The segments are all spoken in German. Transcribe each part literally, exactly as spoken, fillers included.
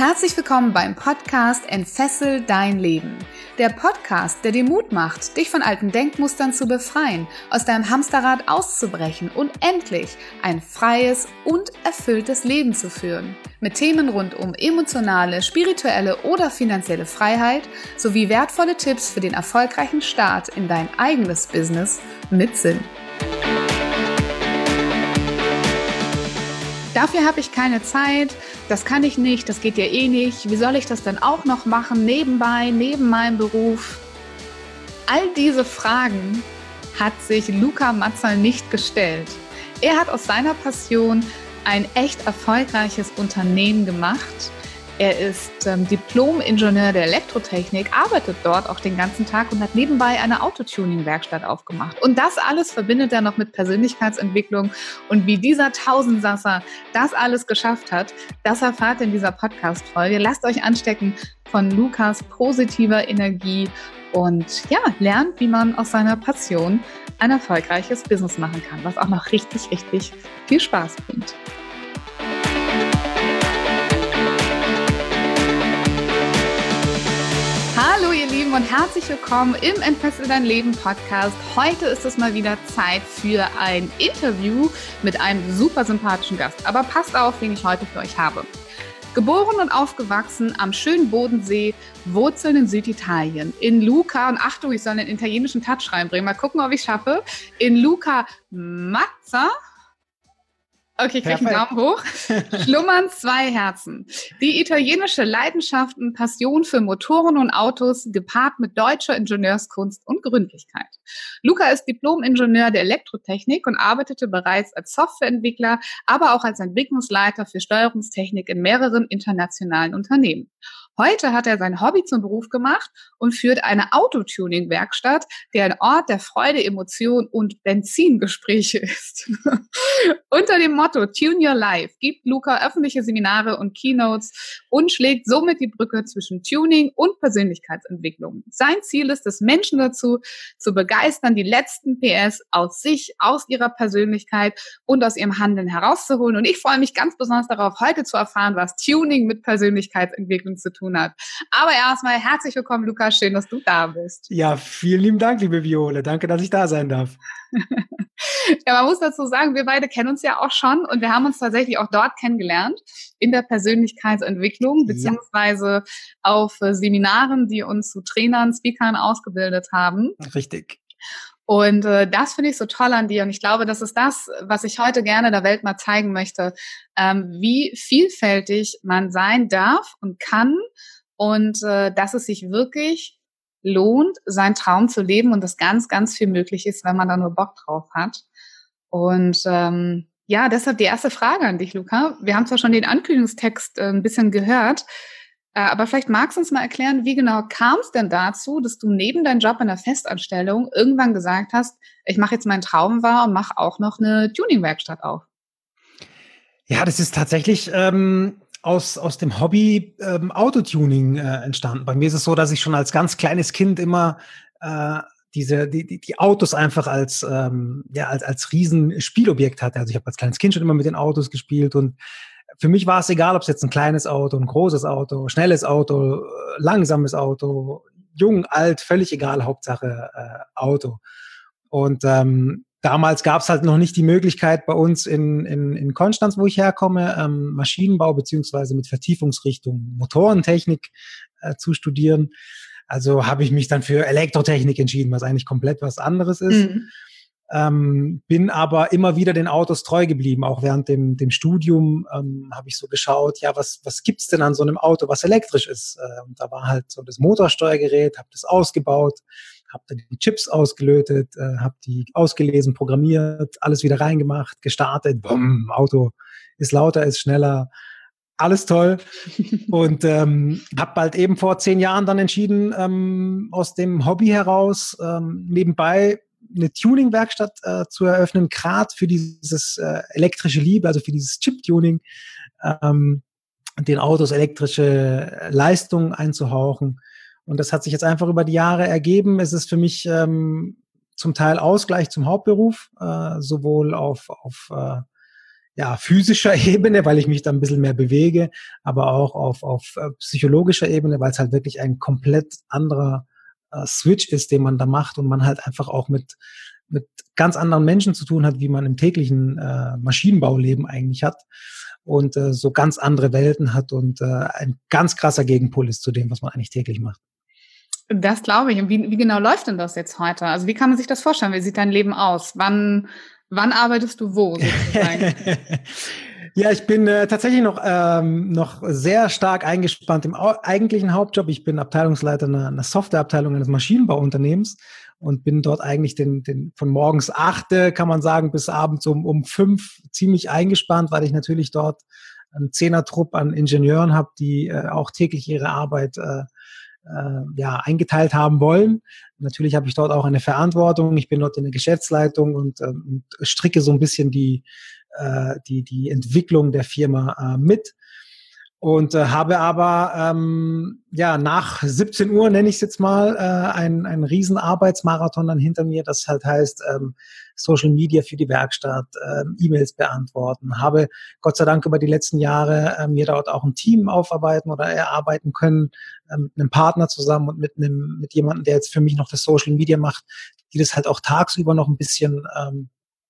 Herzlich willkommen beim Podcast Entfessel dein Leben. Der Podcast, der dir Mut macht, dich von alten Denkmustern zu befreien, aus deinem Hamsterrad auszubrechen und endlich ein freies und erfülltes Leben zu führen. Mit Themen rund um emotionale, spirituelle oder finanzielle Freiheit sowie wertvolle Tipps für den erfolgreichen Start in dein eigenes Business mit Sinn. Dafür habe ich keine Zeit, das kann ich nicht, das geht ja eh nicht. Wie soll ich das denn auch noch machen, nebenbei, neben meinem Beruf? All diese Fragen hat sich Luca Matzal nicht gestellt. Er hat aus seiner Passion ein echt erfolgreiches Unternehmen gemacht. Er ist ähm, Diplom-Ingenieur der Elektrotechnik, arbeitet dort auch den ganzen Tag und hat nebenbei eine Autotuning-Werkstatt aufgemacht. Und das alles verbindet er noch mit Persönlichkeitsentwicklung. Und wie dieser Tausendsasser das alles geschafft hat, das erfahrt ihr in dieser Podcast-Folge. Lasst euch anstecken von Lukas positiver Energie und ja, lernt, wie man aus seiner Passion ein erfolgreiches Business machen kann, was auch noch richtig, richtig viel Spaß bringt. Hallo ihr Lieben und herzlich willkommen im Entfessel dein Leben Podcast. Heute ist es mal wieder Zeit für ein Interview mit einem super sympathischen Gast. Aber passt auf, wen ich heute für euch habe. Geboren und aufgewachsen am schönen Bodensee, Wurzeln in Süditalien. In Luca, und Achtung, ich soll einen italienischen Touch reinbringen, mal gucken, ob ich es schaffe. In Luca Matzal. Okay, ich kriege einen Daumen hoch. Schlummern zwei Herzen. Die italienische Leidenschaft und Passion für Motoren und Autos, gepaart mit deutscher Ingenieurskunst und Gründlichkeit. Luca ist Diplom-Ingenieur der Elektrotechnik und arbeitete bereits als Softwareentwickler, aber auch als Entwicklungsleiter für Steuerungstechnik in mehreren internationalen Unternehmen. Heute hat er sein Hobby zum Beruf gemacht und führt eine Autotuning-Werkstatt, die ein Ort der Freude, Emotion und Benzingespräche ist. Unter dem Motto Tune Your Life gibt Luca öffentliche Seminare und Keynotes und schlägt somit die Brücke zwischen Tuning und Persönlichkeitsentwicklung. Sein Ziel ist es, Menschen dazu zu begeistern, die letzten P S aus sich, aus ihrer Persönlichkeit und aus ihrem Handeln herauszuholen. Und ich freue mich ganz besonders darauf, heute zu erfahren, was Tuning mit Persönlichkeitsentwicklung zu tun hat. Aber erstmal herzlich willkommen, Luca. Schön, dass du da bist. Ja, vielen lieben Dank, liebe Viole. Danke, dass ich da sein darf. Ja, man muss dazu sagen, wir beide kennen uns ja auch schon und wir haben uns tatsächlich auch dort kennengelernt in der Persönlichkeitsentwicklung, beziehungsweise ja. auf Seminaren, die uns zu Trainern, Speakern ausgebildet haben. Richtig. Und äh, das finde ich so toll an dir. Und ich glaube, das ist das, was ich heute gerne der Welt mal zeigen möchte, ähm, wie vielfältig man sein darf und kann und äh, dass es sich wirklich lohnt, seinen Traum zu leben und dass ganz, ganz viel möglich ist, wenn man da nur Bock drauf hat. Und ähm, ja, deshalb die erste Frage an dich, Luca. Wir haben zwar schon den Ankündigungstext äh, ein bisschen gehört, äh, aber vielleicht magst du uns mal erklären, wie genau kam es denn dazu, dass du neben deinem Job in der Festanstellung irgendwann gesagt hast, ich mache jetzt meinen Traum wahr und mache auch noch eine Tuning-Werkstatt auf? Ja, das ist tatsächlich ähm, aus, aus dem Hobby ähm, Autotuning äh, entstanden. Bei mir ist es so, dass ich schon als ganz kleines Kind immer äh, diese die, die, die Autos einfach als ähm, ja als als Riesenspielobjekt hatte. Also ich habe als kleines Kind schon immer mit den Autos gespielt und für mich war es egal, ob es jetzt ein kleines Auto, ein großes Auto, schnelles Auto, langsames Auto, jung, alt, völlig egal, Hauptsache äh, Auto. Und ähm, damals gab es halt noch nicht die Möglichkeit bei uns in, in, in Konstanz, wo ich herkomme, ähm, Maschinenbau beziehungsweise mit Vertiefungsrichtung Motorentechnik äh, zu studieren. Also habe ich mich dann für Elektrotechnik entschieden, was eigentlich komplett was anderes ist. Mhm. Ähm, bin aber immer wieder den Autos treu geblieben. Auch während dem, dem Studium ähm, habe ich so geschaut, ja, was, was gibt's denn an so einem Auto, was elektrisch ist? Äh, und da war halt so das Motorsteuergerät, habe das ausgebaut, habe dann die Chips ausgelötet, äh, habe die ausgelesen, programmiert, alles wieder reingemacht, gestartet, bumm, Auto ist lauter, ist schneller, alles toll. Und ähm, habe bald eben vor zehn Jahren dann entschieden, ähm, aus dem Hobby heraus ähm, nebenbei eine Tuning-Werkstatt äh, zu eröffnen, gerade für dieses äh, elektrische Liebe, also für dieses Chip-Tuning, ähm, den Autos elektrische Leistung einzuhauchen. Und das hat sich jetzt einfach über die Jahre ergeben. Es ist für mich ähm, zum Teil Ausgleich zum Hauptberuf, äh, sowohl auf, auf äh, ja, physischer Ebene, weil ich mich da ein bisschen mehr bewege, aber auch auf, auf äh, psychologischer Ebene, weil es halt wirklich ein komplett anderer äh, Switch ist, den man da macht und man halt einfach auch mit, mit ganz anderen Menschen zu tun hat, wie man im täglichen äh, Maschinenbauleben eigentlich hat und äh, so ganz andere Welten hat und äh, ein ganz krasser Gegenpol ist zu dem, was man eigentlich täglich macht. Das glaube ich. Und wie, wie genau läuft denn das jetzt heute? Also wie kann man sich das vorstellen? Wie sieht dein Leben aus? Wann, wann arbeitest du wo sozusagen? Ja, ich bin äh, tatsächlich noch, ähm, noch sehr stark eingespannt im au- eigentlichen Hauptjob. Ich bin Abteilungsleiter einer, einer Softwareabteilung eines Maschinenbauunternehmens und bin dort eigentlich den, den von morgens acht, äh, kann man sagen, bis abends um, um fünf ziemlich eingespannt, weil ich natürlich dort einen Zehnertrupp an Ingenieuren habe, die äh, auch täglich ihre Arbeit äh, äh, ja, eingeteilt haben wollen. Natürlich habe ich dort auch eine Verantwortung. Ich bin dort in der Geschäftsleitung und, äh, und stricke so ein bisschen die, äh, die, die Entwicklung der Firma äh, mit. Und äh, habe aber ähm, ja nach siebzehn Uhr, nenne ich es jetzt mal, äh, einen, einen riesen Arbeitsmarathon dann hinter mir. Das halt heißt ähm, Social Media für die Werkstatt, äh, E-Mails beantworten. Habe Gott sei Dank über die letzten Jahre äh, mir dort auch ein Team aufarbeiten oder erarbeiten können, äh, mit einem Partner zusammen und mit einem mit jemandem, der jetzt für mich noch das Social Media macht, die das halt auch tagsüber noch ein bisschen ähm,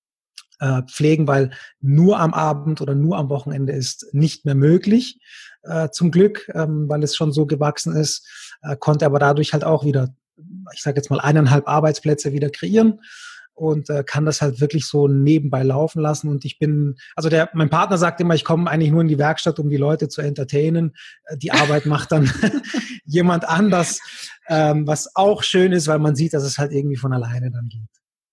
äh, pflegen, weil nur am Abend oder nur am Wochenende ist nicht mehr möglich, äh, zum Glück, ähm, weil es schon so gewachsen ist, äh, konnte aber dadurch halt auch wieder, ich sage jetzt mal, eineinhalb Arbeitsplätze wieder kreieren und äh, kann das halt wirklich so nebenbei laufen lassen. Und ich bin, also der, mein Partner sagt immer, ich komme eigentlich nur in die Werkstatt, um die Leute zu entertainen. Äh, die Arbeit macht dann jemand anders, ähm, was auch schön ist, weil man sieht, dass es halt irgendwie von alleine dann geht.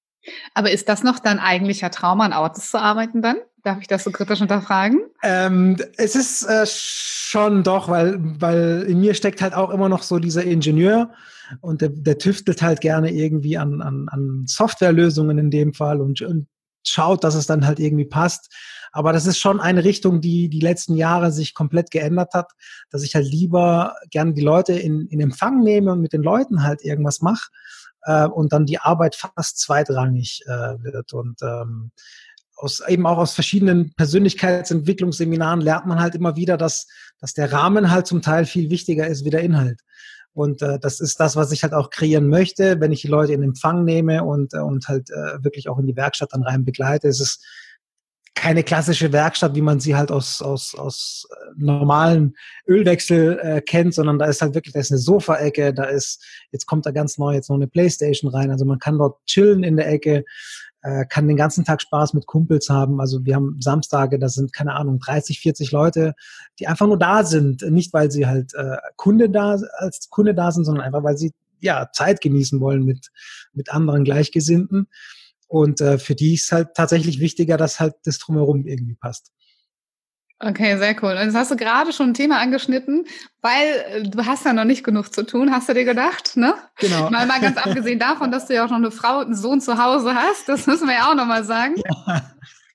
Aber ist das noch dein eigentlicher Traum, an Autos zu arbeiten dann? Darf ich das so kritisch hinterfragen? Ähm, es ist äh, schon doch, weil, weil in mir steckt halt auch immer noch so dieser Ingenieur und der, der tüftelt halt gerne irgendwie an, an, an Softwarelösungen in dem Fall und, und schaut, dass es dann halt irgendwie passt. Aber das ist schon eine Richtung, die die letzten Jahre sich komplett geändert hat, dass ich halt lieber gerne die Leute in, in Empfang nehme und mit den Leuten halt irgendwas mache äh, und dann die Arbeit fast zweitrangig äh, wird. Und ähm, aus, eben auch aus verschiedenen Persönlichkeitsentwicklungsseminaren lernt man halt immer wieder, dass, dass der Rahmen halt zum Teil viel wichtiger ist wie der Inhalt. Und äh, das ist das, was ich halt auch kreieren möchte, wenn ich die Leute in Empfang nehme und, äh, und halt äh, wirklich auch in die Werkstatt dann rein begleite. Es ist keine klassische Werkstatt, wie man sie halt aus, aus, aus normalen Ölwechsel äh, kennt, sondern da ist halt wirklich, da ist eine Sofaecke, da ist, jetzt kommt da ganz neu jetzt noch eine Playstation rein. Also man kann dort chillen in der Ecke, äh, kann den ganzen Tag Spaß mit Kumpels haben. Also wir haben Samstage, da sind, keine Ahnung, dreißig, vierzig Leute, die einfach nur da sind. Nicht, weil sie halt äh, Kunde da, als Kunde da sind, sondern einfach, weil sie ja Zeit genießen wollen mit, mit anderen Gleichgesinnten. Und äh, für die ist halt tatsächlich wichtiger, dass halt das Drumherum irgendwie passt. Okay, sehr cool. Und jetzt hast du gerade schon ein Thema angeschnitten, weil äh, du hast ja noch nicht genug zu tun, hast du dir gedacht, ne? Genau. Mal, mal ganz abgesehen davon, dass du ja auch noch eine Frau und einen Sohn zu Hause hast, das müssen wir ja auch noch mal sagen. Ja.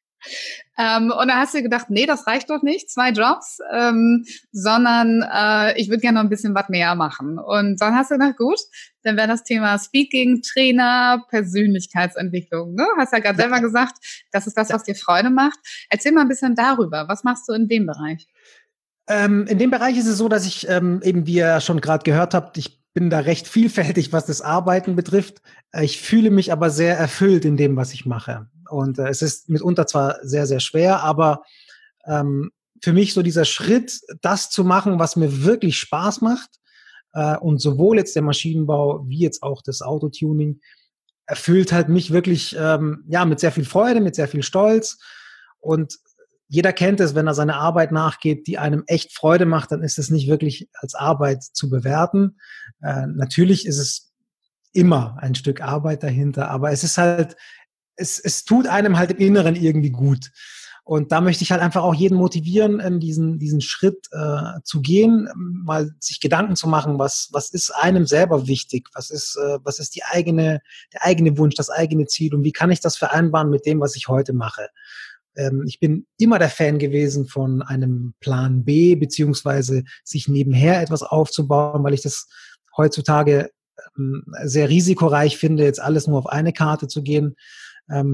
Ähm, und dann hast du dir gedacht, nee, das reicht doch nicht, zwei Jobs, ähm, sondern äh, ich würde gerne noch ein bisschen was mehr machen. Und dann hast du gedacht, gut, dann wäre das Thema Speaking, Trainer, Persönlichkeitsentwicklung. Ne? Hast ja gerade ja. selber gesagt, das ist das, was dir Freude macht. Erzähl mal ein bisschen darüber. Was machst du in dem Bereich? Ähm, in dem Bereich ist es so, dass ich ähm, eben, wie ihr schon gerade gehört habt, ich bin da recht vielfältig, was das Arbeiten betrifft. Ich fühle mich aber sehr erfüllt in dem, was ich mache. Und äh, es ist mitunter zwar sehr, sehr schwer, aber ähm, für mich so dieser Schritt, das zu machen, was mir wirklich Spaß macht, äh, und sowohl jetzt der Maschinenbau wie jetzt auch das Autotuning, erfüllt halt mich wirklich ähm, ja mit sehr viel Freude, mit sehr viel Stolz. Und jeder kennt es, wenn er seine Arbeit nachgeht, die einem echt Freude macht, dann ist es nicht wirklich als Arbeit zu bewerten. Äh, natürlich ist es immer ein Stück Arbeit dahinter, aber es ist halt, es, es tut einem halt im Inneren irgendwie gut. Und da möchte ich halt einfach auch jeden motivieren, in diesen, diesen Schritt äh, zu gehen, mal sich Gedanken zu machen, was, was ist einem selber wichtig, was ist, äh, was ist die eigene, der eigene Wunsch, das eigene Ziel und wie kann ich das vereinbaren mit dem, was ich heute mache. Ähm, ich bin immer der Fan gewesen von einem Plan B, beziehungsweise sich nebenher etwas aufzubauen, weil ich das heutzutage ähm, sehr risikoreich finde, jetzt alles nur auf eine Karte zu gehen. Ähm,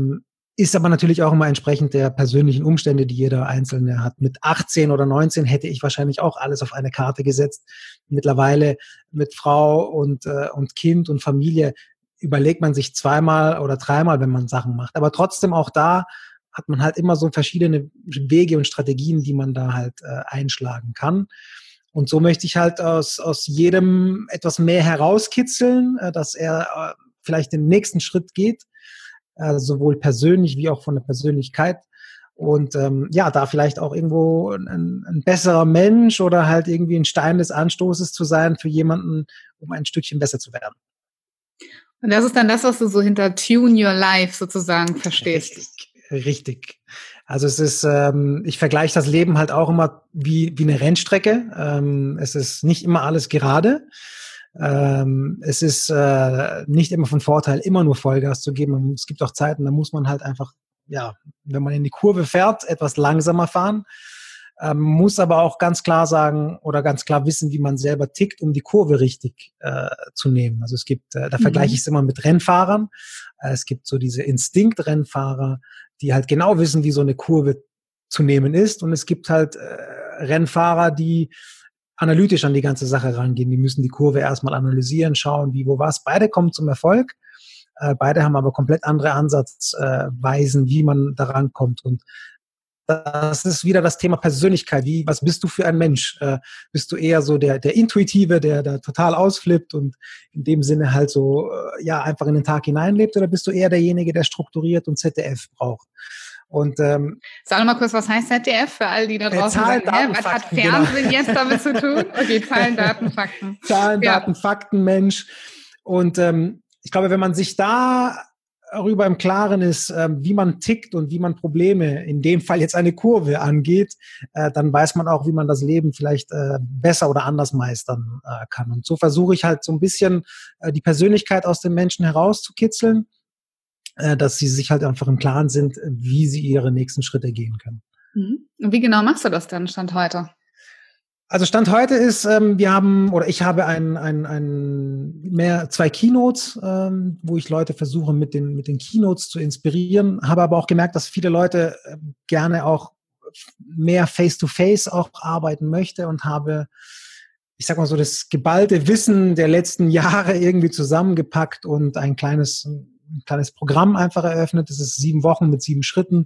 Ist aber natürlich auch immer entsprechend der persönlichen Umstände, die jeder Einzelne hat. Mit achtzehn oder neunzehn hätte ich wahrscheinlich auch alles auf eine Karte gesetzt. Mittlerweile mit Frau und, äh, und Kind und Familie überlegt man sich zweimal oder dreimal, wenn man Sachen macht. Aber trotzdem auch da hat man halt immer so verschiedene Wege und Strategien, die man da halt äh, einschlagen kann. Und so möchte ich halt aus, aus jedem etwas mehr herauskitzeln, äh, dass er äh, vielleicht den nächsten Schritt geht, äh, sowohl persönlich wie auch von der Persönlichkeit. Und ähm, ja, da vielleicht auch irgendwo ein, ein besserer Mensch oder halt irgendwie ein Stein des Anstoßes zu sein für jemanden, um ein Stückchen besser zu werden. Und das ist dann das, was du so hinter Tune Your Life sozusagen verstehst. Richtig, richtig. Also es ist, ähm, ich vergleiche das Leben halt auch immer wie, wie eine Rennstrecke. Ähm, es ist nicht immer alles gerade. Ähm, es ist äh, nicht immer von Vorteil, immer nur Vollgas zu geben. Es gibt auch Zeiten, da muss man halt einfach, ja, wenn man in die Kurve fährt, etwas langsamer fahren. Ähm, muss aber auch ganz klar sagen oder ganz klar wissen, wie man selber tickt, um die Kurve richtig äh, zu nehmen. Also es gibt, äh, da mhm. vergleiche ich es immer mit Rennfahrern. Äh, es gibt so diese Instinkt-Rennfahrer, die halt genau wissen, wie so eine Kurve zu nehmen ist. Und es gibt halt äh, Rennfahrer, die analytisch an die ganze Sache rangehen. Die müssen die Kurve erstmal analysieren, schauen, wie, wo, was. Beide kommen zum Erfolg. Äh, beide haben aber komplett andere Ansatzweisen, äh, wie man daran kommt. Und das ist wieder das Thema Persönlichkeit. Wie, was bist du für ein Mensch? Äh, bist du eher so der, der Intuitive, der da total ausflippt und in dem Sinne halt so, äh, ja, einfach in den Tag hineinlebt? Oder bist du eher derjenige, der strukturiert und Z D F braucht? Und, ähm, sag noch mal kurz, was heißt Z D F für all die da draußen Zahlen, sagen, hä, was hat Fernsehen genau. jetzt damit zu tun? Okay, Zahlen, Daten, Fakten. Zahlen, ja. Daten, Fakten, Mensch. Und ähm, ich glaube, wenn man sich da darüber im Klaren ist, äh, wie man tickt und wie man Probleme, in dem Fall jetzt eine Kurve angeht, äh, dann weiß man auch, wie man das Leben vielleicht äh, besser oder anders meistern äh, kann. Und so versuche ich halt so ein bisschen äh, die Persönlichkeit aus den Menschen herauszukitzeln, äh, dass sie sich halt einfach im Klaren sind, wie sie ihre nächsten Schritte gehen können. Mhm. Und wie genau machst du das dann, Stand heute? Also Stand heute ist, ähm, wir haben, oder ich habe ein, ein, ein mehr zwei Keynotes, ähm, wo ich Leute versuche, mit den, mit den Keynotes zu inspirieren, habe aber auch gemerkt, dass viele Leute äh, gerne auch mehr face-to-face auch arbeiten möchte und habe, ich sag mal so, das geballte Wissen der letzten Jahre irgendwie zusammengepackt und ein kleines, ein kleines Programm einfach eröffnet. Das ist sieben Wochen mit sieben Schritten.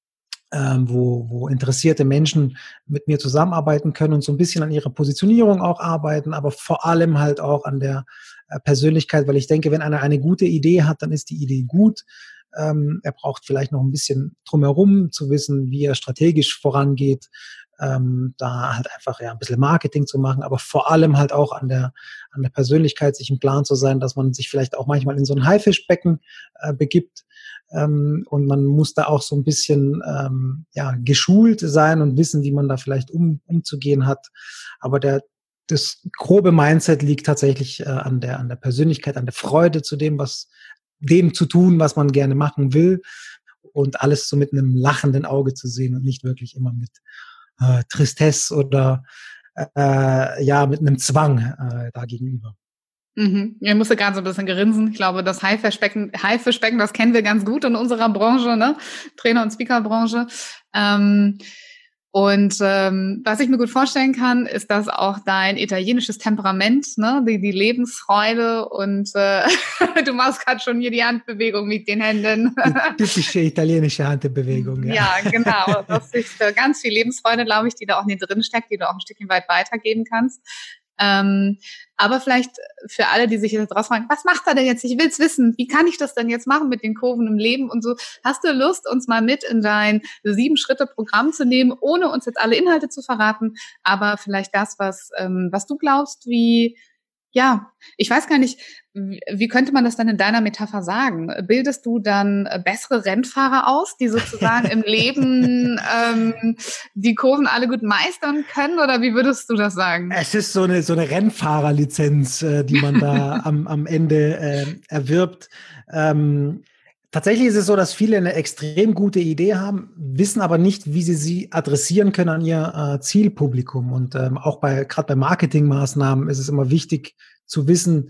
Ähm, wo, wo interessierte Menschen mit mir zusammenarbeiten können und so ein bisschen an ihrer Positionierung auch arbeiten, aber vor allem halt auch an der äh, Persönlichkeit, weil ich denke, wenn einer eine gute Idee hat, dann ist die Idee gut. Ähm, er braucht vielleicht noch ein bisschen drumherum zu wissen, wie er strategisch vorangeht, ähm, da halt einfach ja ein bisschen Marketing zu machen, aber vor allem halt auch an der an der Persönlichkeit sich im Plan zu sein, dass man sich vielleicht auch manchmal in so ein Haifischbecken äh, begibt. Ähm, und man muss da auch so ein bisschen ähm, ja, geschult sein und wissen, wie man da vielleicht um, umzugehen hat. Aber der, das grobe Mindset liegt tatsächlich äh, an der, an der Persönlichkeit, an der Freude zu dem, was, dem zu tun, was man gerne machen will und alles so mit einem lachenden Auge zu sehen und nicht wirklich immer mit äh, Tristesse oder äh, ja, mit einem Zwang äh, da gegenüber. Mhm. Ich musste gerade so ein bisschen grinsen. Ich glaube, das Haifischbecken, Haifischbecken, das kennen wir ganz gut in unserer Branche, ne? Trainer- und Speakerbranche. Ähm, und ähm, was ich mir gut vorstellen kann, ist, dass auch dein italienisches Temperament, ne, die, die Lebensfreude und äh, du machst gerade schon hier die Handbewegung mit den Händen. Die typische italienische Handbewegung, ja. Ja, genau. Das ist äh, ganz viel Lebensfreude, glaube ich, die da auch in dir drin steckt, die du auch ein Stückchen weit weitergeben kannst. Ähm, aber vielleicht für alle, die sich jetzt draus fragen, was macht er denn jetzt? Ich will's wissen. Wie kann ich das denn jetzt machen mit den Kurven im Leben und so? Hast du Lust, uns mal mit in dein Sieben-Schritte-Programm zu nehmen, ohne uns jetzt alle Inhalte zu verraten, aber vielleicht das, was, ähm, was du glaubst, wie, ja, ich weiß gar nicht, wie könnte man das dann in deiner Metapher sagen? Bildest du dann bessere Rennfahrer aus, die sozusagen im Leben ähm, die Kurven alle gut meistern können? Oder wie würdest du das sagen? Es ist so eine, so eine Rennfahrerlizenz, äh, die man da am, am Ende äh, erwirbt. Ähm, tatsächlich ist es so, dass viele eine extrem gute Idee haben, wissen aber nicht, wie sie sie adressieren können an ihr äh, Zielpublikum. Und ähm, auch bei gerade bei Marketingmaßnahmen ist es immer wichtig zu wissen,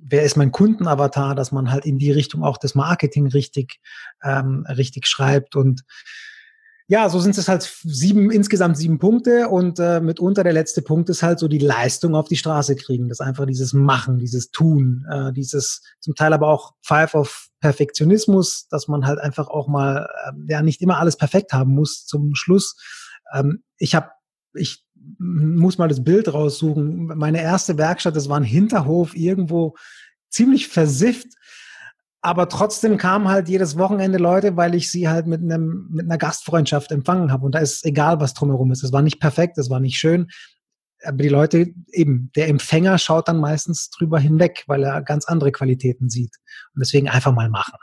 wer ist mein Kundenavatar, dass man halt in die Richtung auch das Marketing richtig, ähm, richtig schreibt. Und ja, so sind es halt sieben, insgesamt sieben Punkte und äh, mitunter der letzte Punkt ist halt so die Leistung auf die Straße kriegen. Das ist einfach dieses Machen, dieses Tun, äh, dieses zum Teil aber auch Five of Perfektionismus, dass man halt einfach auch mal, äh, ja, nicht immer alles perfekt haben muss zum Schluss. Ähm, ich habe, ich muss mal das Bild raussuchen. Meine erste Werkstatt, das war ein Hinterhof irgendwo ziemlich versifft. Aber trotzdem kamen halt jedes Wochenende Leute, weil ich sie halt mit einem mit einer Gastfreundschaft empfangen habe. Und da ist egal, was drumherum ist. Es war nicht perfekt, es war nicht schön. Aber die Leute eben, der Empfänger schaut dann meistens drüber hinweg, weil er ganz andere Qualitäten sieht. Und deswegen einfach mal machen.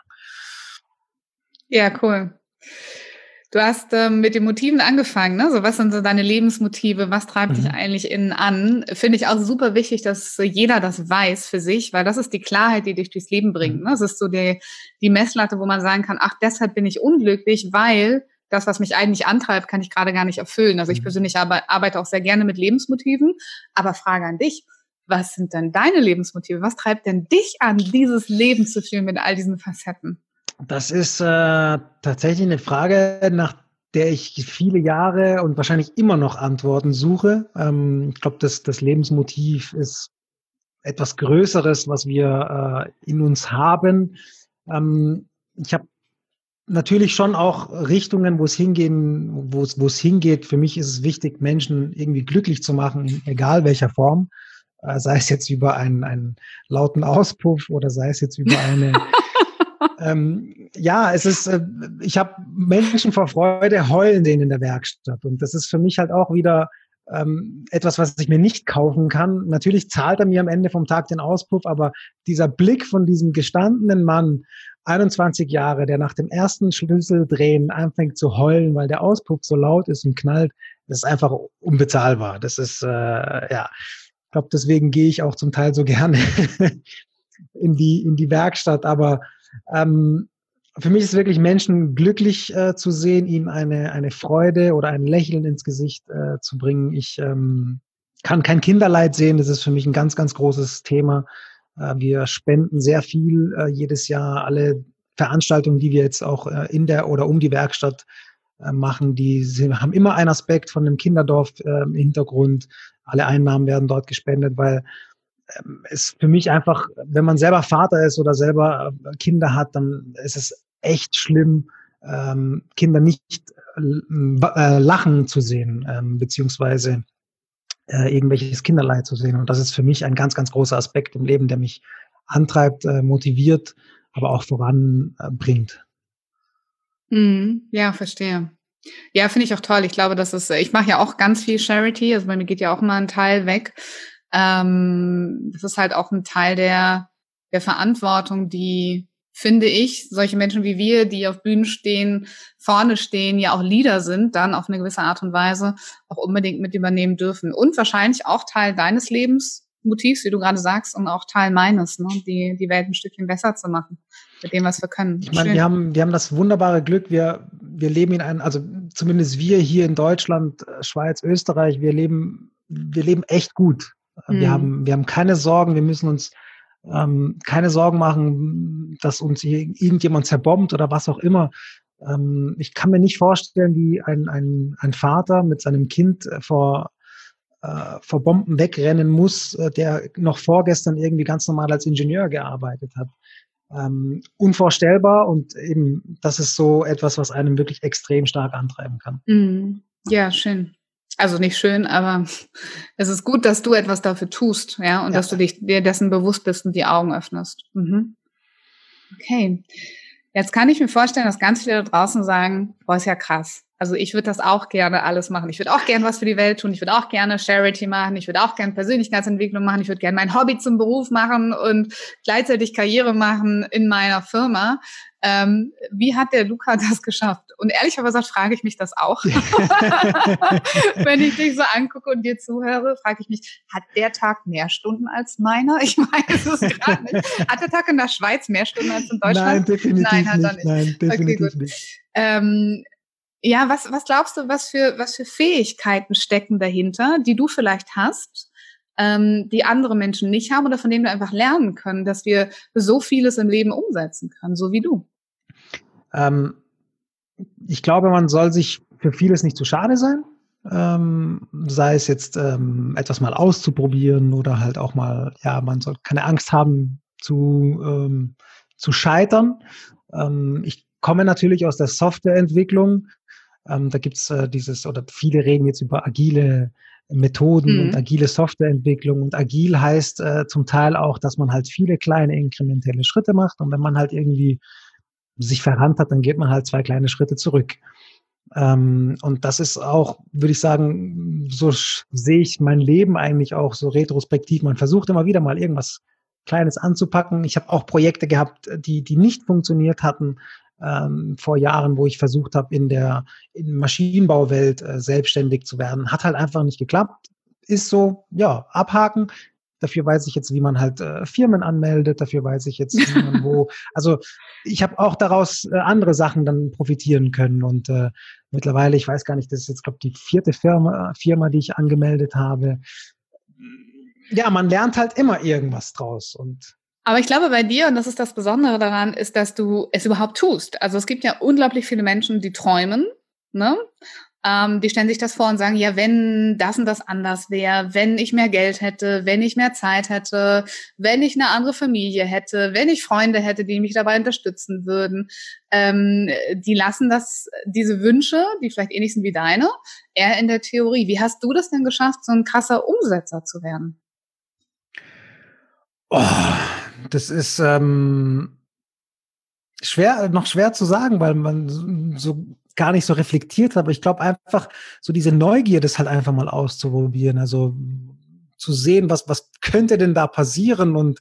Ja, cool. Du hast ähm, mit den Motiven angefangen, ne? So, was sind so deine Lebensmotive? Was treibt mhm. dich eigentlich innen an? Finde ich auch super wichtig, dass jeder das weiß für sich, weil das ist die Klarheit, die dich durchs Leben bringt. Ne? Das ist so die, die Messlatte, wo man sagen kann, ach, deshalb bin ich unglücklich, weil das, was mich eigentlich antreibt, kann ich gerade gar nicht erfüllen. Also ich persönlich arbeite auch sehr gerne mit Lebensmotiven, aber Frage an dich, was sind denn deine Lebensmotive? Was treibt denn dich an, dieses Leben zu führen mit all diesen Facetten? Das ist äh, tatsächlich eine Frage, nach der ich viele Jahre und wahrscheinlich immer noch Antworten suche. Ähm, ich glaube, das, das Lebensmotiv ist etwas Größeres, was wir äh, in uns haben. Ähm, ich habe natürlich schon auch Richtungen, wo es hingehen, wo es, wo es hingeht. Für mich ist es wichtig, Menschen irgendwie glücklich zu machen, in egal welcher Form. Äh, sei es jetzt über einen, einen lauten Auspuff oder sei es jetzt über eine Ähm, ja, es ist, äh, ich habe Menschen vor Freude heulen denen in der Werkstatt. Und das ist für mich halt auch wieder ähm, etwas, was ich mir nicht kaufen kann. Natürlich zahlt er mir am Ende vom Tag den Auspuff, aber dieser Blick von diesem gestandenen Mann, einundzwanzig Jahre, der nach dem ersten Schlüsseldrehen anfängt zu heulen, weil der Auspuff so laut ist und knallt, das ist einfach unbezahlbar. Das ist, äh, ja, ich glaube, deswegen gehe ich auch zum Teil so gerne in die, in die Werkstatt, aber Ähm, für mich ist wirklich Menschen glücklich äh, zu sehen, ihnen eine, eine Freude oder ein Lächeln ins Gesicht äh, zu bringen. Ich ähm, kann kein Kinderleid sehen, das ist für mich ein ganz, ganz großes Thema. Äh, wir spenden sehr viel äh, jedes Jahr. Alle Veranstaltungen, die wir jetzt auch äh, in der oder um die Werkstatt äh, machen, die sind, haben immer einen Aspekt von einem Kinderdorf äh, im Hintergrund. Alle Einnahmen werden dort gespendet, weil ist für mich einfach, wenn man selber Vater ist oder selber Kinder hat, dann ist es echt schlimm, ähm, Kinder nicht äh, lachen zu sehen, ähm, beziehungsweise äh, irgendwelches Kinderleid zu sehen. Und das ist für mich ein ganz, ganz großer Aspekt im Leben, der mich antreibt, äh, motiviert, aber auch voranbringt. Äh, mm, ja, verstehe. Ja, finde ich auch toll. Ich glaube, das ist, ich mache ja auch ganz viel Charity, also bei mir geht ja auch immer ein Teil weg. Ähm, das ist halt auch ein Teil der, der Verantwortung, die, finde ich, solche Menschen wie wir, die auf Bühnen stehen, vorne stehen, ja auch Leader sind, dann auf eine gewisse Art und Weise auch unbedingt mit übernehmen dürfen. Und wahrscheinlich auch Teil deines Lebensmotivs, wie du gerade sagst, und auch Teil meines, ne, die, die Welt ein Stückchen besser zu machen mit dem, was wir können. Ich meine, wir haben, wir haben das wunderbare Glück, wir, wir leben in einem, also zumindest wir hier in Deutschland, Schweiz, Österreich, wir leben, wir leben echt gut. Wir, hm. haben, wir haben keine Sorgen, wir müssen uns ähm, keine Sorgen machen, dass uns irgendjemand zerbombt oder was auch immer. Ähm, ich kann mir nicht vorstellen, wie ein, ein, ein Vater mit seinem Kind vor, äh, vor Bomben wegrennen muss, äh, der noch vorgestern irgendwie ganz normal als Ingenieur gearbeitet hat. Ähm, unvorstellbar und eben das ist so etwas, was einem wirklich extrem stark antreiben kann. Hm. Ja, schön. Also nicht schön, aber es ist gut, dass du etwas dafür tust, ja, und ja, dass du dich dir dessen bewusst bist und die Augen öffnest. Mhm. Okay. Jetzt kann ich mir vorstellen, dass ganz viele da draußen sagen, boah, ist ja krass. Also ich würde das auch gerne alles machen. Ich würde auch gerne was für die Welt tun. Ich würde auch gerne Charity machen. Ich würde auch gerne Persönlichkeitsentwicklung machen. Ich würde gerne mein Hobby zum Beruf machen und gleichzeitig Karriere machen in meiner Firma. Ähm, wie hat der Luca das geschafft? Und ehrlicherweise frage ich mich das auch. Wenn ich dich so angucke und dir zuhöre, frage ich mich, hat der Tag mehr Stunden als meiner? Ich weiß es gerade nicht. Hat der Tag in der Schweiz mehr Stunden als in Deutschland? Nein, definitiv Nein, hat nicht. er nicht. Nein, definitiv okay, nicht. Ähm, ja, was, was glaubst du, was für, was für Fähigkeiten stecken dahinter, die du vielleicht hast, ähm, die andere Menschen nicht haben oder von denen wir einfach lernen können, dass wir so vieles im Leben umsetzen können, so wie du? Ähm, ich glaube, man soll sich für vieles nicht zu schade sein. Ähm, sei es jetzt ähm, etwas mal auszuprobieren oder halt auch mal, ja, man soll keine Angst haben zu, ähm, zu scheitern. Ähm, ich komme natürlich aus der Softwareentwicklung. Ähm, da gibt's äh, dieses, oder viele reden jetzt über agile Methoden und Mhm. agile Softwareentwicklung. Und agil heißt äh, zum Teil auch, dass man halt viele kleine inkrementelle Schritte macht. Und wenn man halt irgendwie sich verrannt hat, dann geht man halt zwei kleine Schritte zurück. Ähm, und das ist auch, würde ich sagen, so sch- sehe ich mein Leben eigentlich auch so retrospektiv. Man versucht immer wieder mal irgendwas Kleines anzupacken. Ich habe auch Projekte gehabt, die, die nicht funktioniert hatten ähm, vor Jahren, wo ich versucht habe, in der in Maschinenbauwelt äh, selbstständig zu werden. Hat halt einfach nicht geklappt. Ist so, ja, abhaken. Dafür weiß ich jetzt, wie man halt äh, Firmen anmeldet. Dafür weiß ich jetzt, wie man wo. Also ich habe auch daraus äh, andere Sachen dann profitieren können. Und äh, mittlerweile, ich weiß gar nicht, das ist jetzt, glaube ich, die vierte Firma, Firma, die ich angemeldet habe. Ja, man lernt halt immer irgendwas draus. Und Aber ich glaube, bei dir, und das ist das Besondere daran, ist, dass du es überhaupt tust. Also es gibt ja unglaublich viele Menschen, die träumen, ne? Ähm, die stellen sich das vor und sagen, ja, wenn das und das anders wäre, wenn ich mehr Geld hätte, wenn ich mehr Zeit hätte, wenn ich eine andere Familie hätte, wenn ich Freunde hätte, die mich dabei unterstützen würden. Ähm, die lassen das, diese Wünsche, die vielleicht ähnlich sind wie deine, eher in der Theorie. Wie hast du das denn geschafft, so ein krasser Umsetzer zu werden? oh, das ist ähm, schwer, noch schwer zu sagen, weil man so, so gar nicht so reflektiert hat. Aber ich glaube einfach, so diese Neugier, das halt einfach mal auszuprobieren. Also zu sehen, was, was könnte denn da passieren? Und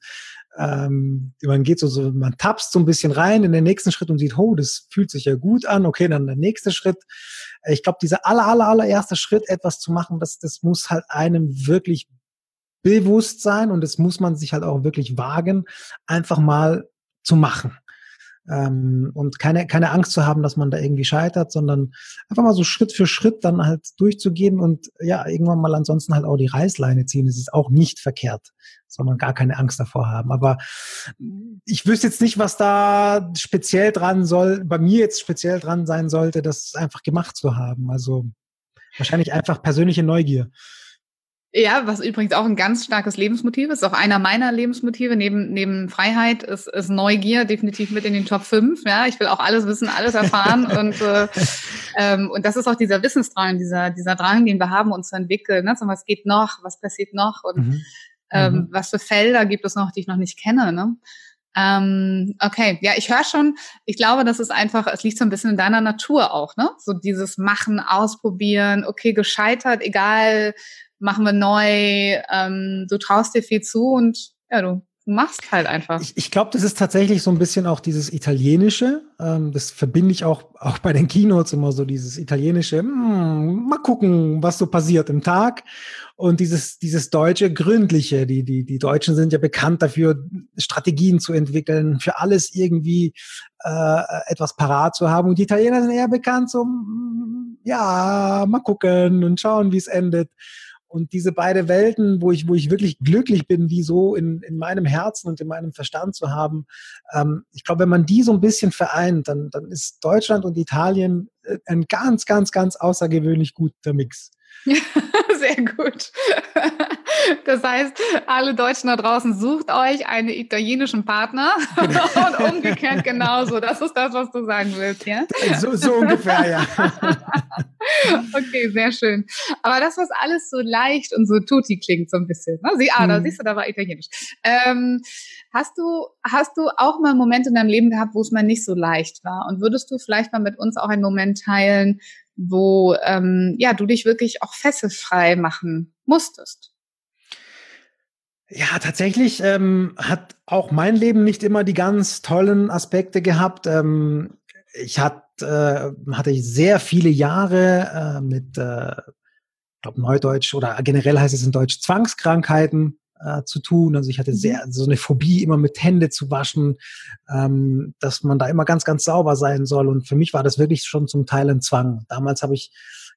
ähm, man geht so, so, man tapst so ein bisschen rein in den nächsten Schritt und sieht, oh, das fühlt sich ja gut an. Okay, dann der nächste Schritt. Ich glaube, dieser aller, aller, allererste Schritt, etwas zu machen, das, das muss halt einem wirklich bewusst sein und das muss man sich halt auch wirklich wagen, einfach mal zu machen. Ähm, und keine, keine Angst zu haben, dass man da irgendwie scheitert, sondern einfach mal so Schritt für Schritt dann halt durchzugehen und ja, irgendwann mal ansonsten halt auch die Reißleine ziehen. Das ist auch nicht verkehrt, soll man gar keine Angst davor haben. Aber ich wüsste jetzt nicht, was da speziell dran soll, bei mir jetzt speziell dran sein sollte, das einfach gemacht zu haben. Also wahrscheinlich einfach persönliche Neugier. Ja, was übrigens auch ein ganz starkes Lebensmotiv ist, auch einer meiner Lebensmotive neben neben Freiheit ist ist Neugier definitiv mit in den Top fünf. Ja, ich will auch alles wissen, alles erfahren und äh, ähm, und das ist auch dieser Wissensdrang, dieser dieser Drang, den wir haben, uns zu entwickeln. Ne? So, was geht noch, was passiert noch und Mhm. ähm, Mhm. was für Felder gibt es noch, die ich noch nicht kenne. Ne? Ähm, okay, ja, ich höre schon, ich glaube, das ist einfach, es liegt so ein bisschen in deiner Natur auch, ne? So dieses Machen, Ausprobieren, okay, gescheitert, egal, machen wir neu, ähm, du traust dir viel zu und ja, du machst halt einfach. Ich, ich glaube, das ist tatsächlich so ein bisschen auch dieses Italienische. Ähm, das verbinde ich auch, auch bei den Keynotes immer so, dieses Italienische, hm, mal gucken, was so passiert im Tag. Und dieses, dieses deutsche Gründliche. Die, die, die Deutschen sind ja bekannt dafür, Strategien zu entwickeln, für alles irgendwie äh, etwas parat zu haben. Und die Italiener sind eher bekannt, so, hm, ja, mal gucken und schauen, wie es endet. Und diese beiden Welten, wo ich, wo ich wirklich glücklich bin, die so in, in meinem Herzen und in meinem Verstand zu haben, ähm, ich glaube, wenn man die so ein bisschen vereint, dann, dann ist Deutschland und Italien äh, ein ganz, ganz, ganz außergewöhnlich guter Mix. Sehr gut. Das heißt, alle Deutschen da draußen, sucht euch einen italienischen Partner Genau. und umgekehrt genauso. Das ist das, was du sagen willst, ja? So, so ungefähr, ja. Okay, sehr schön. Aber das, was alles so leicht und so tutti klingt, so ein bisschen. Ne? Sie, ah, da Hm. siehst du, da war Italienisch. Ähm, hast du, hast du auch mal einen Moment in deinem Leben gehabt, wo es mal nicht so leicht war? Und würdest du vielleicht mal mit uns auch einen Moment teilen, wo ähm, ja du dich wirklich auch fesselfrei machen musstest? Ja, tatsächlich ähm, hat auch mein Leben nicht immer die ganz tollen Aspekte gehabt. Ähm, ich hat, äh, hatte sehr viele Jahre äh, mit, äh, ich glaube Neudeutsch oder generell heißt es in Deutsch Zwangskrankheiten äh, zu tun. Also ich hatte Mhm. sehr so eine Phobie, immer mit Hände zu waschen, ähm, dass man da immer ganz, ganz sauber sein soll. Und für mich war das wirklich schon zum Teil ein Zwang. Damals habe ich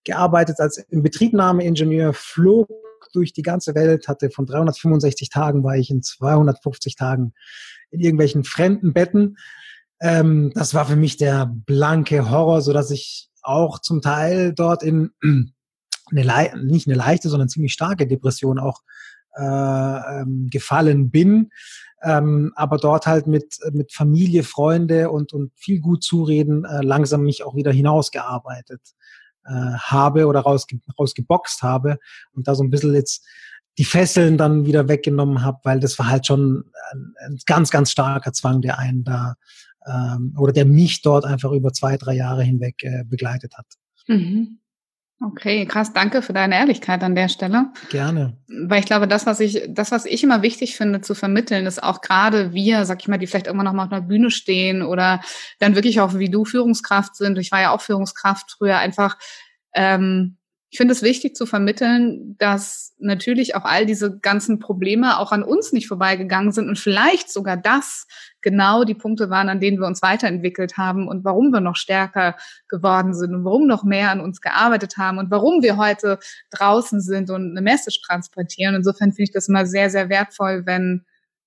gearbeitet als Inbetriebnahmeingenieur, flog durch die ganze Welt, hatte von dreihundertfünfundsechzig Tagen war ich in zweihundertfünfzig Tagen in irgendwelchen fremden Betten. Ähm, das war für mich der blanke Horror, so dass ich auch zum Teil dort in eine Le- nicht eine leichte, sondern ziemlich starke Depression auch äh, ähm, gefallen bin. Ähm, aber dort halt mit mit Familie, Freunde und und viel gut zureden äh, langsam mich auch wieder hinausgearbeitet äh, habe oder rausge rausgeboxt habe und da so ein bisschen jetzt die Fesseln dann wieder weggenommen habe, weil das war halt schon ein, ein ganz, ganz starker Zwang, der einen da ähm, oder der mich dort einfach über zwei, drei Jahre hinweg äh, begleitet hat. Mhm. Okay, krass, danke für deine Ehrlichkeit an der Stelle. Gerne. Weil ich glaube, das, was ich, das, was ich immer wichtig finde zu vermitteln, ist auch gerade wir, sag ich mal, die vielleicht irgendwann noch mal auf einer Bühne stehen oder dann wirklich auch wie du Führungskraft sind. Ich war ja auch Führungskraft früher einfach. Ähm, ich finde es wichtig zu vermitteln, dass natürlich auch all diese ganzen Probleme auch an uns nicht vorbeigegangen sind und vielleicht sogar das genau die Punkte waren, an denen wir uns weiterentwickelt haben und warum wir noch stärker geworden sind und warum noch mehr an uns gearbeitet haben und warum wir heute draußen sind und eine Message transportieren. Insofern finde ich das immer sehr, sehr wertvoll, wenn,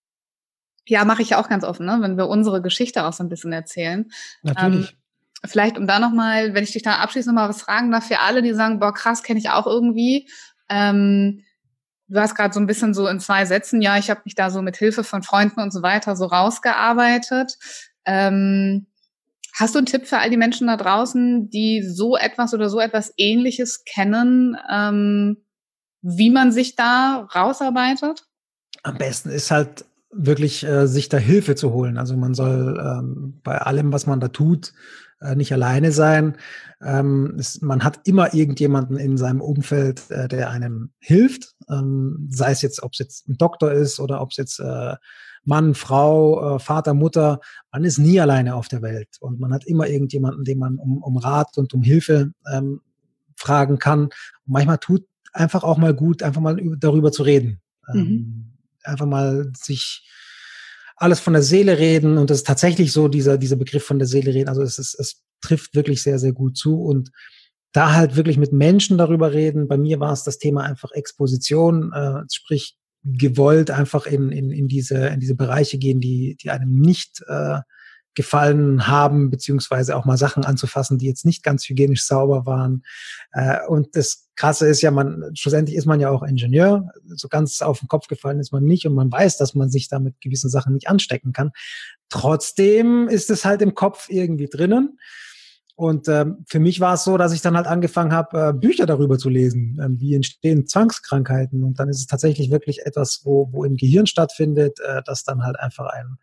ja, mache ich ja auch ganz offen, ne, wenn wir unsere Geschichte auch so ein bisschen erzählen. Natürlich. Ähm, Vielleicht um da nochmal, wenn ich dich da abschließend nochmal was fragen darf, für alle, die sagen, boah, krass, kenne ich auch irgendwie. Ähm, du hast gerade so ein bisschen so in zwei Sätzen, ja, ich habe mich da so mit Hilfe von Freunden und so weiter so rausgearbeitet. Ähm, hast du einen Tipp für all die Menschen da draußen, die so etwas oder so etwas Ähnliches kennen, ähm, wie man sich da rausarbeitet? Am besten ist halt wirklich äh, sich da Hilfe zu holen. Also man soll ähm, bei allem, was man da tut, äh, nicht alleine sein. Ähm, es, man hat immer irgendjemanden in seinem Umfeld, äh, der einem hilft. Ähm, sei es jetzt, ob es jetzt ein Doktor ist oder ob es jetzt äh, Mann, Frau, äh, Vater, Mutter. Man ist nie alleine auf der Welt und man hat immer irgendjemanden, den man um, um Rat und um Hilfe ähm, fragen kann. Und manchmal tut einfach auch mal gut, einfach mal darüber zu reden. Mhm. Ähm, einfach mal sich alles von der Seele reden und das ist tatsächlich so, dieser, dieser Begriff von der Seele reden, also es ist, es trifft wirklich sehr, sehr gut zu und da halt wirklich mit Menschen darüber reden. Bei mir war es das Thema einfach Exposition, äh, sprich gewollt einfach in, in, in diese, in diese Bereiche gehen, die, die einem nicht äh, gefallen haben, beziehungsweise auch mal Sachen anzufassen, die jetzt nicht ganz hygienisch sauber waren. Äh, und das Krasse ist ja, man, schlussendlich ist man ja auch Ingenieur. So ganz auf den Kopf gefallen ist man nicht und man weiß, dass man sich da mit gewissen Sachen nicht anstecken kann. Trotzdem ist es halt im Kopf irgendwie drinnen. Und ähm, für mich war es so, dass ich dann halt angefangen habe, äh, Bücher darüber zu lesen, ähm, wie entstehen Zwangskrankheiten. Und dann ist es tatsächlich wirklich etwas, wo, wo im Gehirn stattfindet, äh, dass dann halt einfach ein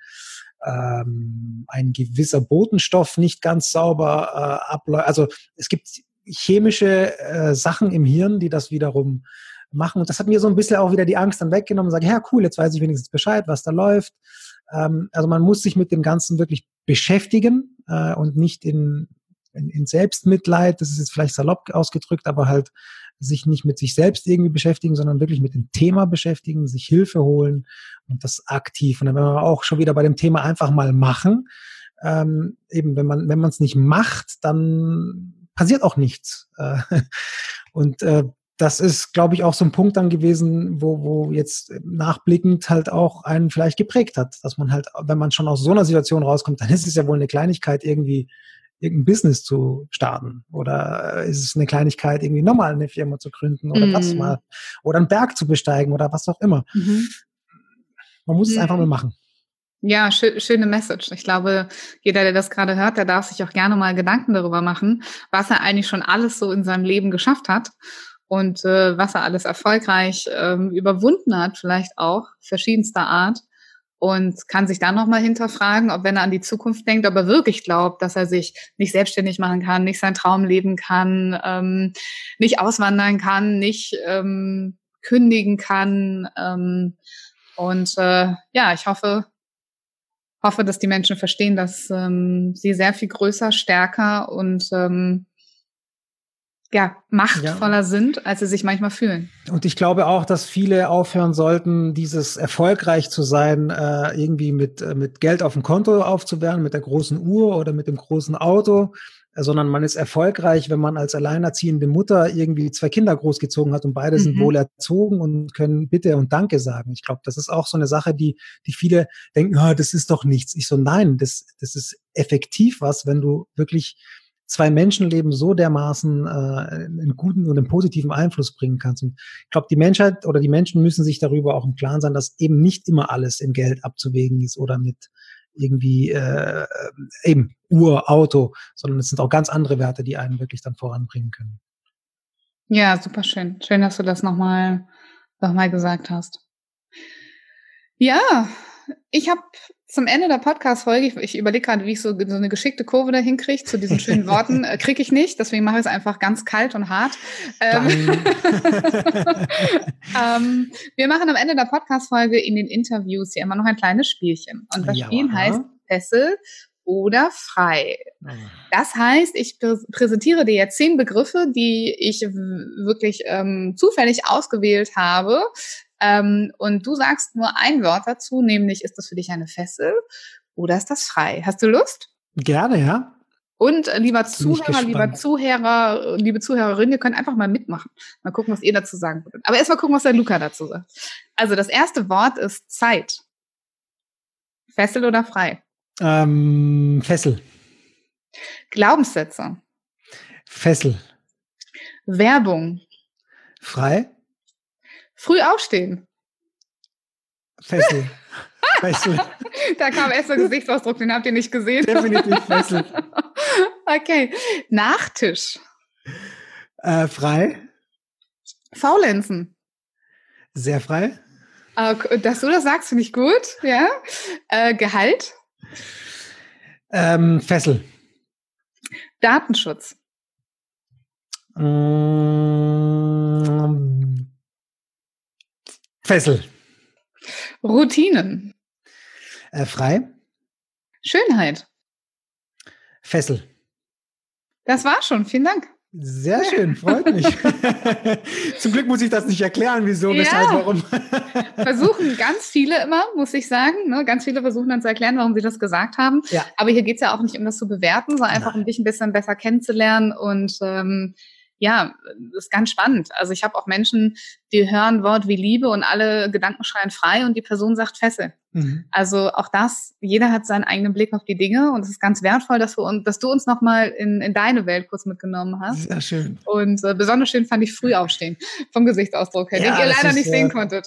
ähm, ein gewisser Botenstoff nicht ganz sauber äh, abläuft. Also es gibt chemische äh, Sachen im Hirn, die das wiederum machen. Und das hat mir so ein bisschen auch wieder die Angst dann weggenommen und sage, ja cool, jetzt weiß ich wenigstens Bescheid, was da läuft. Ähm, also man muss sich mit dem Ganzen wirklich beschäftigen äh, und nicht in, in, in Selbstmitleid, das ist jetzt vielleicht salopp ausgedrückt, aber halt sich nicht mit sich selbst irgendwie beschäftigen, sondern wirklich mit dem Thema beschäftigen, sich Hilfe holen und das aktiv. Und dann werden wir auch schon wieder bei dem Thema einfach mal machen. Ähm, eben, wenn man wenn man es nicht macht, dann passiert auch nichts. Äh, und äh, das ist, glaube ich, auch so ein Punkt dann gewesen, wo, wo jetzt nachblickend halt auch einen vielleicht geprägt hat, dass man halt, wenn man schon aus so einer Situation rauskommt, dann ist es ja wohl eine Kleinigkeit, irgendwie irgendein Business zu starten oder ist es eine Kleinigkeit, irgendwie nochmal eine Firma zu gründen oder Mhm. das mal oder einen Berg zu besteigen oder was auch immer. Mhm. Man muss es einfach mal Mhm. machen. Ja, schö schöne Message. Ich glaube, jeder, der das gerade hört, der darf sich auch gerne mal Gedanken darüber machen, was er eigentlich schon alles so in seinem Leben geschafft hat und äh, was er alles erfolgreich ähm, überwunden hat, vielleicht auch verschiedenster Art. Und kann sich dann nochmal hinterfragen, ob, wenn er an die Zukunft denkt, ob er wirklich glaubt, dass er sich nicht selbstständig machen kann, nicht seinen Traum leben kann, ähm, nicht auswandern kann, nicht ähm, kündigen kann. Ähm, und äh, ja, ich hoffe, hoffe, dass die Menschen verstehen, dass ähm, sie sehr viel größer, stärker und ähm, ja, machtvoller Ja. sind, als sie sich manchmal fühlen. Und ich glaube auch, dass viele aufhören sollten, dieses erfolgreich zu sein, äh, irgendwie mit, äh, mit Geld auf dem Konto aufzuwerten, mit der großen Uhr oder mit dem großen Auto. sondern man ist erfolgreich, wenn man als alleinerziehende Mutter irgendwie zwei Kinder großgezogen hat und beide mhm. sind wohl erzogen und können Bitte und Danke sagen. Ich glaube, das ist auch so eine Sache, die, die viele denken, oh, das ist doch nichts. Ich so, nein, das, das ist effektiv was, wenn du wirklich zwei Menschenleben so dermaßen äh, einen guten und einen positiven Einfluss bringen kannst. Und ich glaube, die Menschheit oder die Menschen müssen sich darüber auch im Klaren sein, dass eben nicht immer alles in Geld abzuwägen ist oder mit irgendwie äh, eben Uhr, Auto, sondern es sind auch ganz andere Werte, die einen wirklich dann voranbringen können. Ja, super schön. Schön, dass du das nochmal noch mal gesagt hast. Ja, ich habe zum Ende der Podcast-Folge, ich, ich überlege gerade, wie ich so, so eine geschickte Kurve da hinkriege zu diesen schönen Worten, äh, kriege ich nicht, deswegen mache ich es einfach ganz kalt und hart. Ähm, ähm, wir machen am Ende der Podcast-Folge in den Interviews hier immer noch ein kleines Spielchen. Und das ja, Spiel aha. heißt Fessel oder frei. Das heißt, ich prä- präsentiere dir jetzt zehn Begriffe, die ich w- wirklich ähm, zufällig ausgewählt habe. Ähm, und du sagst nur ein Wort dazu, nämlich ist das für dich eine Fessel oder ist das frei? Hast du Lust? Gerne, ja. Und äh, lieber Zuhörer, lieber Zuhörer, liebe Zuhörerin, ihr könnt einfach mal mitmachen. Mal gucken, was ihr dazu sagen würdet. Aber erstmal gucken, was der Luca dazu sagt. Also das erste Wort ist Zeit. Fessel oder frei? Ähm, Fessel. Glaubenssätze. Fessel. Werbung. Frei. Früh aufstehen. Fessel. Fessel. Da kam erst der Gesichtsausdruck, den habt ihr nicht gesehen. Definitiv Fessel. Okay. Nachtisch. Äh, frei. Faulenzen. Sehr frei. Äh, dass du das sagst, finde ich gut. Ja. Äh, Gehalt. Ähm, Fessel. Datenschutz. Ähm, Fessel. Routinen. Äh, frei. Schönheit. Fessel. Das war schon. Vielen Dank. Sehr schön, freut mich. Zum Glück muss ich das nicht erklären, wieso, ja. weshalb, warum. Versuchen ganz viele immer, muss ich sagen. Ne? Ganz viele versuchen dann zu erklären, warum sie das gesagt haben. Ja. Aber hier geht's ja auch nicht um das zu bewerten, sondern einfach Nein. um dich ein bisschen besser kennenzulernen. Und ähm, ja, das ist ganz spannend. Also ich habe auch Menschen, die hören ein Wort wie Liebe und alle Gedanken schreien frei und die Person sagt Fessel. Mhm. Also auch das, jeder hat seinen eigenen Blick auf die Dinge und es ist ganz wertvoll, dass, wir uns, dass du uns nochmal in, in deine Welt kurz mitgenommen hast. Sehr schön. Und äh, besonders schön fand ich früh aufstehen, vom Gesichtsausdruck her, ja, den ihr leider ist, nicht sehen äh, konntet.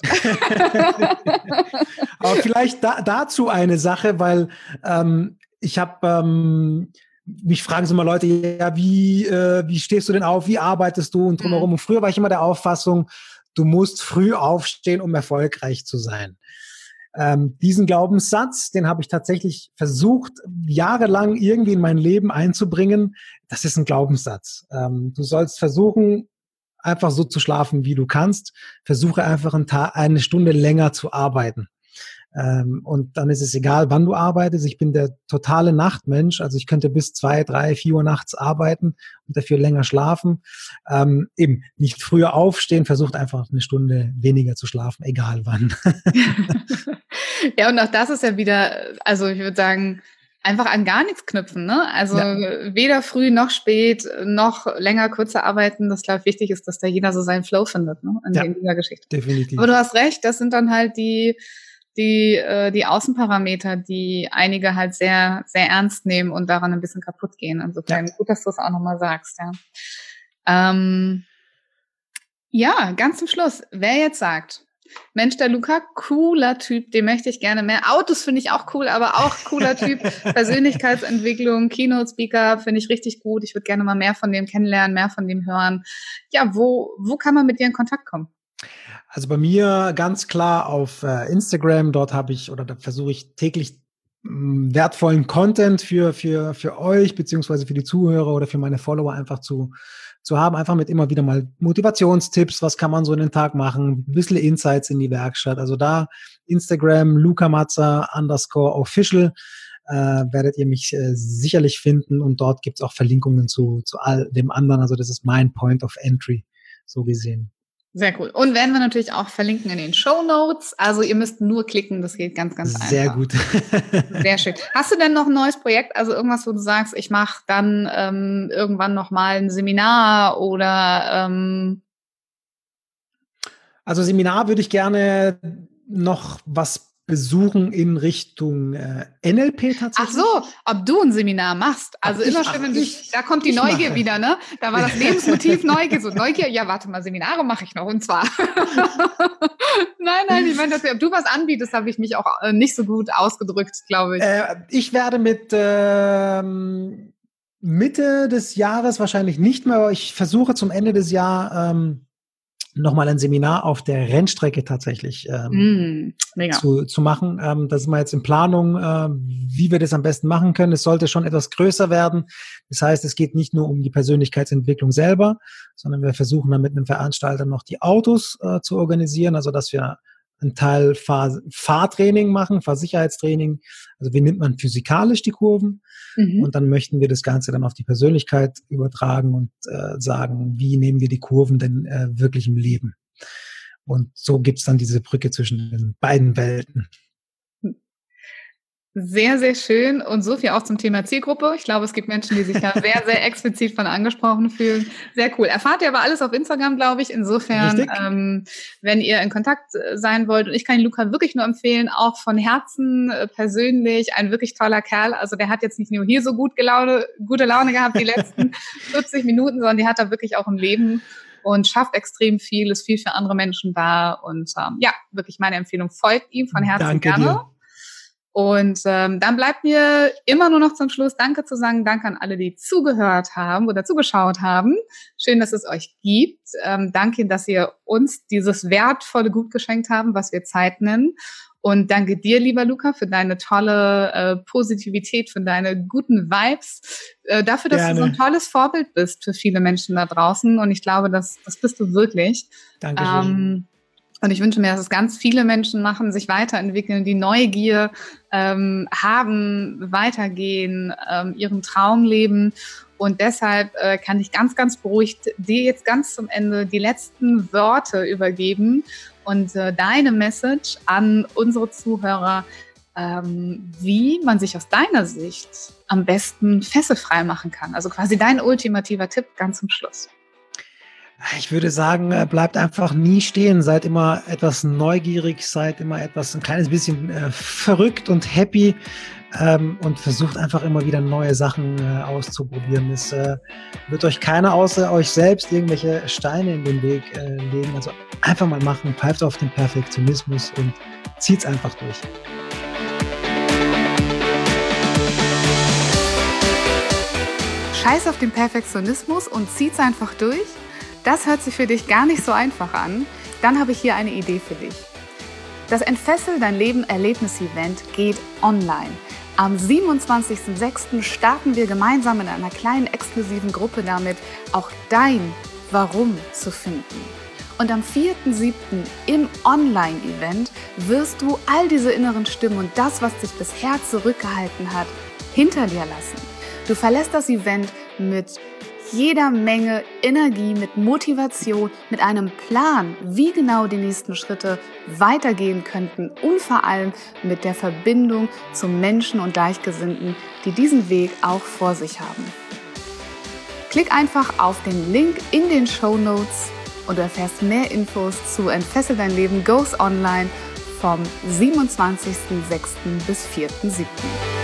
Aber vielleicht da, dazu eine Sache, weil ähm, ich habe... Ähm, mich fragen so mal Leute, ja, wie, äh, wie stehst du denn auf, wie arbeitest du und drumherum. Mhm. Und früher war ich immer der Auffassung, du musst früh aufstehen, um erfolgreich zu sein. Ähm, diesen Glaubenssatz, den habe ich tatsächlich versucht, jahrelang irgendwie in mein Leben einzubringen. Das ist ein Glaubenssatz. Ähm, du sollst versuchen, einfach so zu schlafen, wie du kannst. Versuche einfach einen Tag, eine Stunde länger zu arbeiten. Ähm, und dann ist es egal, wann du arbeitest. Ich bin der totale Nachtmensch. Also ich könnte bis zwei, drei, vier Uhr nachts arbeiten und dafür länger schlafen. Ähm, eben nicht früher aufstehen, versucht einfach eine Stunde weniger zu schlafen, egal wann. Ja, und auch das ist ja wieder, also ich würde sagen, einfach an gar nichts knüpfen, ne? Also ja. weder früh noch spät, noch länger, kürzer arbeiten. Das, glaube ich, wichtig ist, dass da jeder so seinen Flow findet, ne? In, ja, in dieser Geschichte. Definitiv. Aber du hast recht, das sind dann halt die die äh, die Außenparameter, die einige halt sehr sehr ernst nehmen und daran ein bisschen kaputt gehen. Insofern ja. gut, dass du es auch nochmal sagst. Ja. Ähm, ja, ganz zum Schluss. Wer jetzt sagt, Mensch, der Luca, cooler Typ, den möchte ich gerne mehr. Autos finde ich auch cool, aber auch cooler Typ. Persönlichkeitsentwicklung, Keynote-Speaker finde ich richtig gut. Ich würde gerne mal mehr von dem kennenlernen, mehr von dem hören. Ja, wo wo kann man mit dir in Kontakt kommen? Also bei mir ganz klar auf äh, Instagram, dort habe ich oder da versuche ich täglich mh, wertvollen Content für für für euch beziehungsweise für die Zuhörer oder für meine Follower einfach zu zu haben, einfach mit immer wieder mal Motivationstipps, was kann man so in den Tag machen, ein bisschen Insights in die Werkstatt. Also da Instagram lucamatza underscore official äh, werdet ihr mich äh, sicherlich finden und dort gibt's auch Verlinkungen zu zu all dem anderen. Also das ist mein Point of Entry, so gesehen. Sehr cool. Und werden wir natürlich auch verlinken in den Shownotes. Also ihr müsst nur klicken, das geht ganz, ganz einfach. Sehr gut. Sehr schön. Hast du denn noch ein neues Projekt, also irgendwas, wo du sagst, ich mache dann ähm, irgendwann nochmal ein Seminar oder... Ähm Also Seminar würde ich gerne noch was besuchen in Richtung äh, N L P tatsächlich. Ach so, ob du ein Seminar machst. Also ach, immer ich, schön, wenn ach, du, ich, da kommt die Neugier mache. wieder, ne? Da war das Lebensmotiv Neugier. So Neugier, ja, warte mal, Seminare mache ich noch und zwar. nein, nein, ich meine, ob du was anbietest, habe ich mich auch äh, nicht so gut ausgedrückt, glaube ich. Äh, ich werde mit ähm, Mitte des Jahres wahrscheinlich nicht mehr, aber ich versuche zum Ende des Jahres ähm, nochmal ein Seminar auf der Rennstrecke tatsächlich ähm, mm, zu, zu machen. Ähm, da sind wir jetzt in Planung, äh, wie wir das am besten machen können. Es sollte schon etwas größer werden. Das heißt, es geht nicht nur um die Persönlichkeitsentwicklung selber, sondern wir versuchen dann mit einem Veranstalter noch die Autos äh, zu organisieren, also dass wir einen Teil Fahr- Fahrtraining machen, Fahrsicherheitstraining. Also wie nimmt man physikalisch die Kurven? Mhm. Und dann möchten wir das Ganze dann auf die Persönlichkeit übertragen und äh, sagen, wie nehmen wir die Kurven denn äh, wirklich im Leben? Und so gibt's dann diese Brücke zwischen den beiden Welten. Sehr, sehr schön und so viel auch zum Thema Zielgruppe. Ich glaube, es gibt Menschen, die sich da sehr, sehr explizit von angesprochen fühlen. Sehr cool. Erfahrt ihr aber alles auf Instagram, glaube ich. Insofern, ähm, wenn ihr in Kontakt sein wollt, und ich kann Luca wirklich nur empfehlen, auch von Herzen äh, persönlich, ein wirklich toller Kerl. Also der hat jetzt nicht nur hier so gut Laune, gute Laune gehabt die letzten vierzig Minuten, sondern die hat er wirklich auch im Leben und schafft extrem viel, ist viel für andere Menschen da. Und ähm, ja, wirklich meine Empfehlung, folgt ihm von Herzen Danke gerne. Dir. Und ähm, dann bleibt mir immer nur noch zum Schluss Danke zu sagen. Danke an alle, die zugehört haben oder zugeschaut haben. Schön, dass es euch gibt. Ähm, danke, dass ihr uns dieses wertvolle Gut geschenkt haben, was wir Zeit nennen. Und danke dir, lieber Luca, für deine tolle äh, Positivität, für deine guten Vibes, äh, dafür, dass Gerne. Du so ein tolles Vorbild bist für viele Menschen da draußen. Und ich glaube, das, das bist du wirklich. Dankeschön. Ähm, Und ich wünsche mir, dass es ganz viele Menschen machen, sich weiterentwickeln, die Neugier ähm, haben, weitergehen, ähm, ihren Traum leben. Und deshalb äh, kann ich ganz, ganz beruhigt dir jetzt ganz zum Ende die letzten Worte übergeben und äh, deine Message an unsere Zuhörer, ähm, wie man sich aus deiner Sicht am besten fesselfrei machen kann. Also quasi dein ultimativer Tipp ganz zum Schluss. Ich würde sagen, bleibt einfach nie stehen, seid immer etwas neugierig, seid immer etwas, ein kleines bisschen äh, verrückt und happy ähm, und versucht einfach immer wieder neue Sachen äh, auszuprobieren. Es äh, wird euch keiner außer euch selbst irgendwelche Steine in den Weg äh, legen. Also einfach mal machen, pfeift auf den Perfektionismus und zieht's einfach durch. Scheiß auf den Perfektionismus und zieht's einfach durch. Das hört sich für dich gar nicht so einfach an. Dann habe ich hier eine Idee für dich. Das Entfessel dein Leben Erlebnis-Event geht online. Am siebenundzwanzigsten sechsten starten wir gemeinsam in einer kleinen exklusiven Gruppe damit, auch dein Warum zu finden. Und am vierten siebten im Online-Event wirst du all diese inneren Stimmen und das, was dich bisher zurückgehalten hat, hinter dir lassen. Du verlässt das Event mit jeder Menge Energie, mit Motivation, mit einem Plan, wie genau die nächsten Schritte weitergehen könnten und vor allem mit der Verbindung zu Menschen und Gleichgesinnten, die diesen Weg auch vor sich haben. Klick einfach auf den Link in den Shownotes und du erfährst mehr Infos zu Entfessel dein Leben Goes Online vom siebenundzwanzigsten sechsten bis vierten siebten